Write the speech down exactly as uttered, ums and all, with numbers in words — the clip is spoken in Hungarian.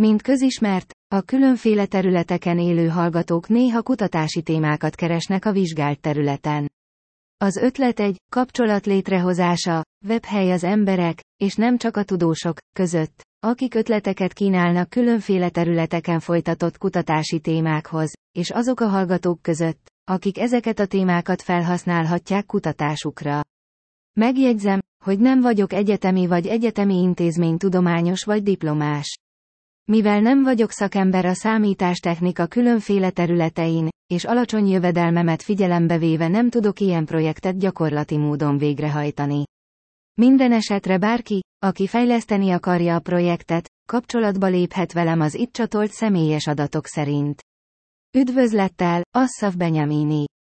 Mint közismert, a különféle területeken élő hallgatók néha kutatási témákat keresnek a vizsgált területen. Az ötlet egy kapcsolat létrehozása, webhely az emberek, és nem csak a tudósok között, akik ötleteket kínálnak különféle területeken folytatott kutatási témákhoz, és azok a hallgatók között, akik ezeket a témákat felhasználhatják kutatásukra. Megjegyzem, hogy nem vagyok egyetemi vagy egyetemi intézmény tudományos vagy diplomás. Mivel nem vagyok szakember a számítástechnika különféle területein, és alacsony jövedelmemet figyelembe véve nem tudok ilyen projektet gyakorlati módon végrehajtani. Minden esetre bárki, aki fejleszteni akarja a projektet, kapcsolatba léphet velem az itt csatolt személyes adatok szerint. Üdvözlettel, Assaf Benyamini.